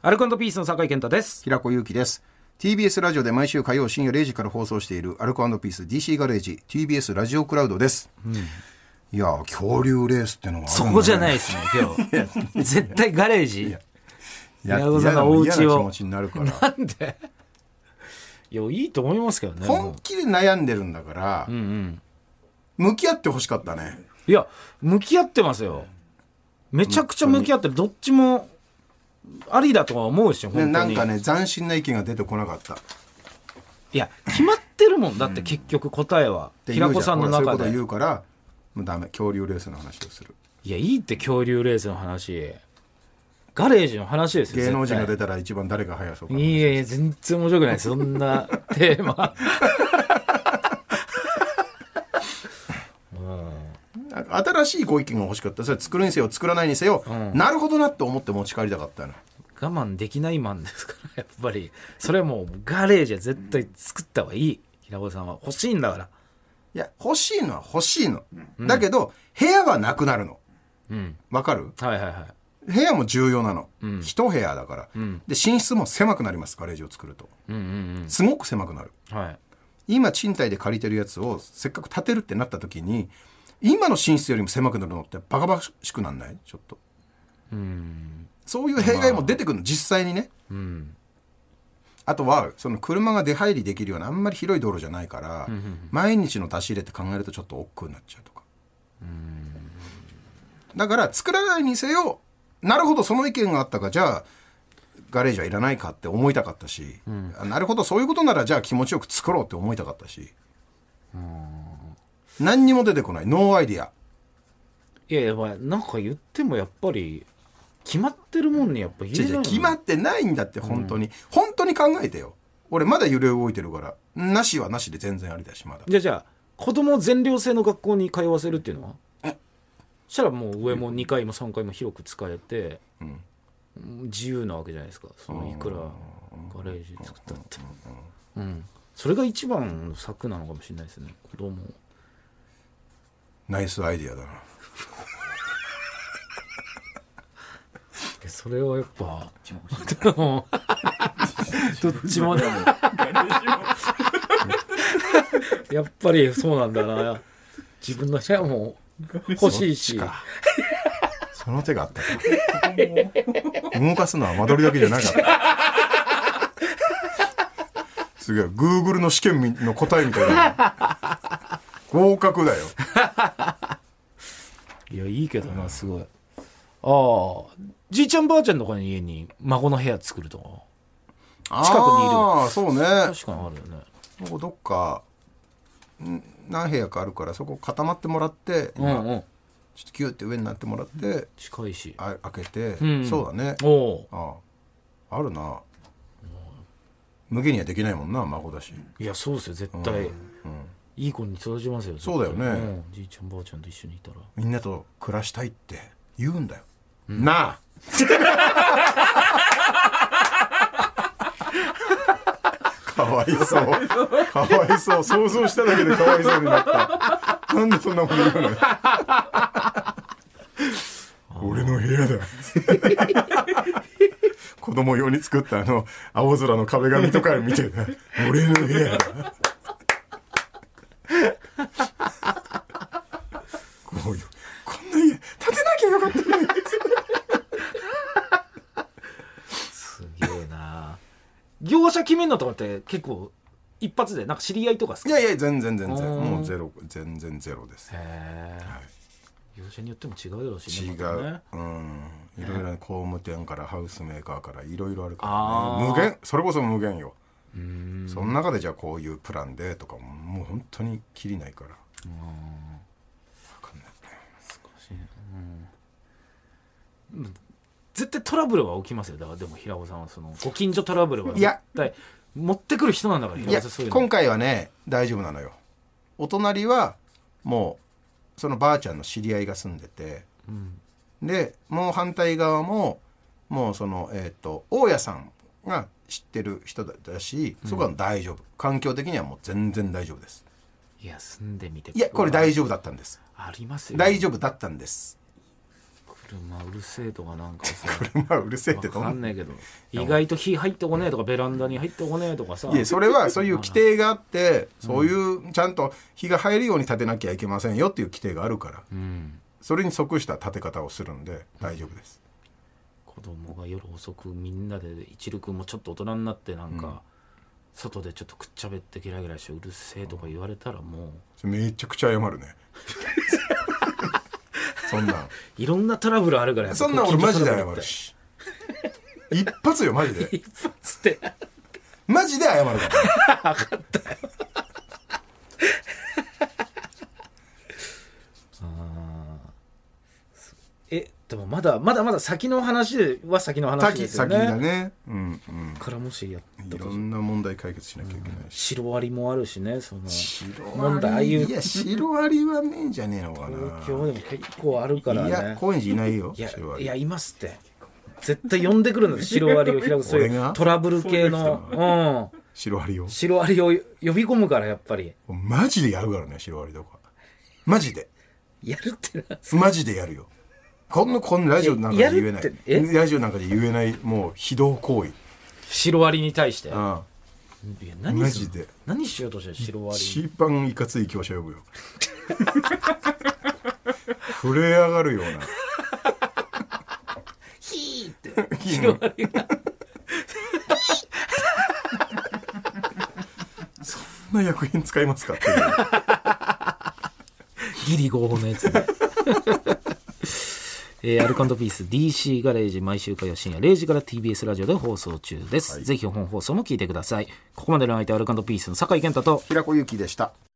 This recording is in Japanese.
アルコ&ピースの酒井健太です。 平子祐希です。 TBS ラジオで毎週火曜深夜0時から放送しているアルコ&ピース DC ガレージ TBS ラジオクラウドです、いや恐竜レースってのがあるんだね。 そこじゃないですね今日絶対ガレージ嫌な気持ちになるからなんでいやいいと思いますけどね。 本気で悩んでるんだから、向き合ってほしかったね。 いや向き合ってますよ。めちゃくちゃ向き合ってる。どっちもありだとは思うし、本当に、 なんかね斬新な意見が出てこなかった。 いや決まってるもんだって結局答えは、平子さんの中でそういうこと言うからもうダメ。恐竜レースの話をする。 いやいいって恐竜レースの話、ガレージの話ですよ。 芸能人が出たら一番誰が速そうか。 いやいや全然面白くないそんなテーマ新しいご意見が欲しかった。それ作るにせよ作らないにせよ、なるほどなって思って持ち帰りたかったの。 我慢できないマンですからやっぱりそれはもうガレージは絶対作った方がいい。平子さんは欲しいんだから。 いや欲しいのは欲しいの、だけど部屋はなくなるの。わかる？ はいはいはい。 部屋も重要なの、一部屋だから、で寝室も狭くなります。ガレージを作ると、すごく狭くなる、今賃貸で借りてるやつをせっかく建てるってなった時に今の寝室よりも狭くなるのってバカバカしくなんない？ちょっとそういう弊害も出てくるの、実際にね。あとはその車が出入りできるようなあんまり広い道路じゃないから、毎日の出し入れって考えるとちょっと億劫になっちゃうとか。だから作らないにせよ、なるほどその意見があったか、じゃあガレージはいらないかって思いたかったし、なるほどそういうことならじゃあ気持ちよく作ろうって思いたかったし、何にも出てこない。ノーアイディア。 いやいや、まあ、なんか言ってもやっぱり決まってるもんにやっぱ入れないの。 決まってないんだって本当に、本当に考えてよ。俺まだ揺れ動いてるから、なしはなしで全然ありだし。まだじゃあ子供を全寮制の学校に通わせるっていうのは、そしたらもう上も2階も3階も広く使えて、自由なわけじゃないですか。そのいくらガレージ作ったって、それが一番の策なのかもしれないですね。子供ナイスアイディアだなそれはやっぱどっちもねやっぱりそうなんだな。自分の部屋も欲しいし。 その手があったか動かすのは間取りだけじゃなかったすげえ Google の試験の答えみたいな合格だよいやいいけどな、すごい。じいちゃんばあちゃんのとかの家に孫の部屋作るとか近くにいる。 ああそうね、 確かにあるよね。 どっか何部屋かあるからそこ固まってもらって、ちょっとキューって上になってもらって、 近いし開けて、そうだね。あるな。無限にはできないもんな、孫だし。いやそうですよ絶対、いい子に育ちますよ。 そうだよね、 じいちゃんばあちゃんと一緒にいたらみんなと暮らしたいって言うんだよ、なあかわいそうかわいそう。想像しただけでかわいそうになった。なんでそんなこと言うのよ俺の部屋だ子供用に作った青空の壁紙とか見て俺の部屋だこんな家建てなきゃよかったのにすげえな。業者決めんのとかって結構一発でなんか知り合いとかですか？ いや全然もう全然ゼロです。 業者によっても違うだろうしね。 違う、いろいろ工務店からハウスメーカーからいろいろあるからね。無限、それこそ無限よ。その中でじゃあこういうプランでとかもう本当にきりないから。分かんない。 難しい。絶対トラブルは起きますよ。だからでも平尾さんはそのご近所トラブルは絶対持ってくる人なんだから。 いや今回はね大丈夫なのよ。お隣はもうそのばあちゃんの知り合いが住んでて、でもう反対側ももうその大家さんが知ってる人だし、そこは大丈夫。環境的にはもう全然大丈夫です。 いや住んでみて。 いやこれ大丈夫だったんです。 ありますよ、 大丈夫だったんです。 車うるせえとかなんかさ車うるせえって分かんないけど意外と火入ってこねえとかベランダに入ってこねえとかさいやそれはそういう規定があってそういうちゃんと火が入るように建てなきゃいけませんよっていう規定があるから、それに即した建て方をするんで大丈夫です。 子供が夜遅くみんなで一流君もちょっと大人になってなんか、外でちょっとくっちゃべってギラギラしてうるせえとか言われたらもうめちゃくちゃ謝るねそんないろんなトラブルあるからやっぱそんな俺マジで謝るし一発よマジで一発ってマジで謝るから分かったよでもまだ先の話は先の話ですよね。 先だね。 からもしやったいろんな問題解決しなきゃいけないし。 シロアリもあるしね。その問題いやシロアリはねえんじゃねえのかな。 東京でも結構あるからね。 いや高円寺いないよ。 いやいますって。絶対呼んでくるんだシロアリを開くそういうトラブル系のシロアリを呼び込むからやっぱり。 マジでやるからねシロアリとか。マジで。 やるってマジでやるよ。こんなラジオなんかで言えないラジオなんかで言えないもう非道行為シロアリに対していやマジで何しようとしてシロアリ一番いかつい業者呼ぶよ震え上がるようなヒーってシロアリがそんな薬品使いますかってギリ合法のやつねアルコ&ピース DC ガレージ毎週火曜深夜0時から TBS ラジオで放送中です、ぜひ本放送も聞いてください。ここまでの相手アルコ&ピースの酒井健太と平子ゆきでした。